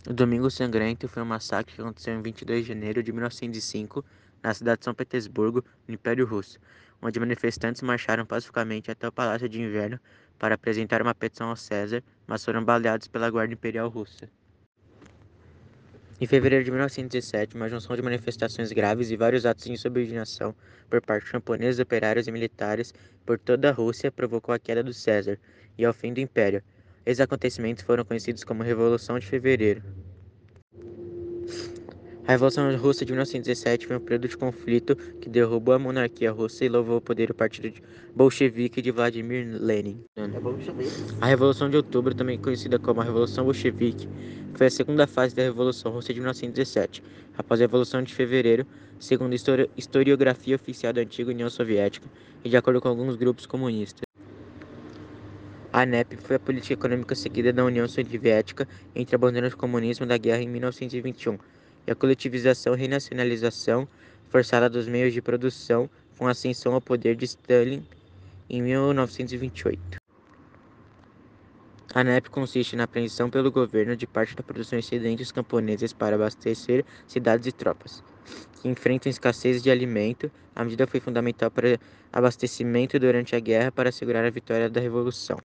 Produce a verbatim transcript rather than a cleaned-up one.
O Domingo Sangrento foi um massacre que aconteceu em vinte e dois de janeiro de mil novecentos e cinco, na cidade de São Petersburgo, no Império Russo, onde manifestantes marcharam pacificamente até o Palácio de Inverno para apresentar uma petição ao César, mas foram baleados pela Guarda Imperial Russa. Em fevereiro de mil novecentos e sete, uma junção de manifestações graves e vários atos de insubordinação por parte de camponeses, operários e militares por toda a Rússia provocou a queda do César e ao fim do Império. Esses acontecimentos foram conhecidos como Revolução de Fevereiro. A Revolução Russa de mil novecentos e sete foi um período de conflito que derrubou a monarquia russa e levou ao poder o partido bolchevique de Vladimir Lenin. A Revolução de Outubro, também conhecida como a Revolução Bolchevique, foi a segunda fase da Revolução Russa de mil novecentos e sete, após a Revolução de Fevereiro, segundo a historiografia oficial da antiga União Soviética e de acordo com alguns grupos comunistas. A N E P foi a política econômica seguida na União Soviética entre abandono do comunismo da guerra em mil novecentos e vinte e um e a coletivização e renacionalização forçada dos meios de produção com a ascensão ao poder de Stalin em mil novecentos e vinte e oito. A N E P consiste na apreensão pelo governo de parte da produção excedente dos camponeses para abastecer cidades e tropas, que enfrentam escassez de alimento. A medida foi fundamental para abastecimento durante a guerra para assegurar a vitória da Revolução.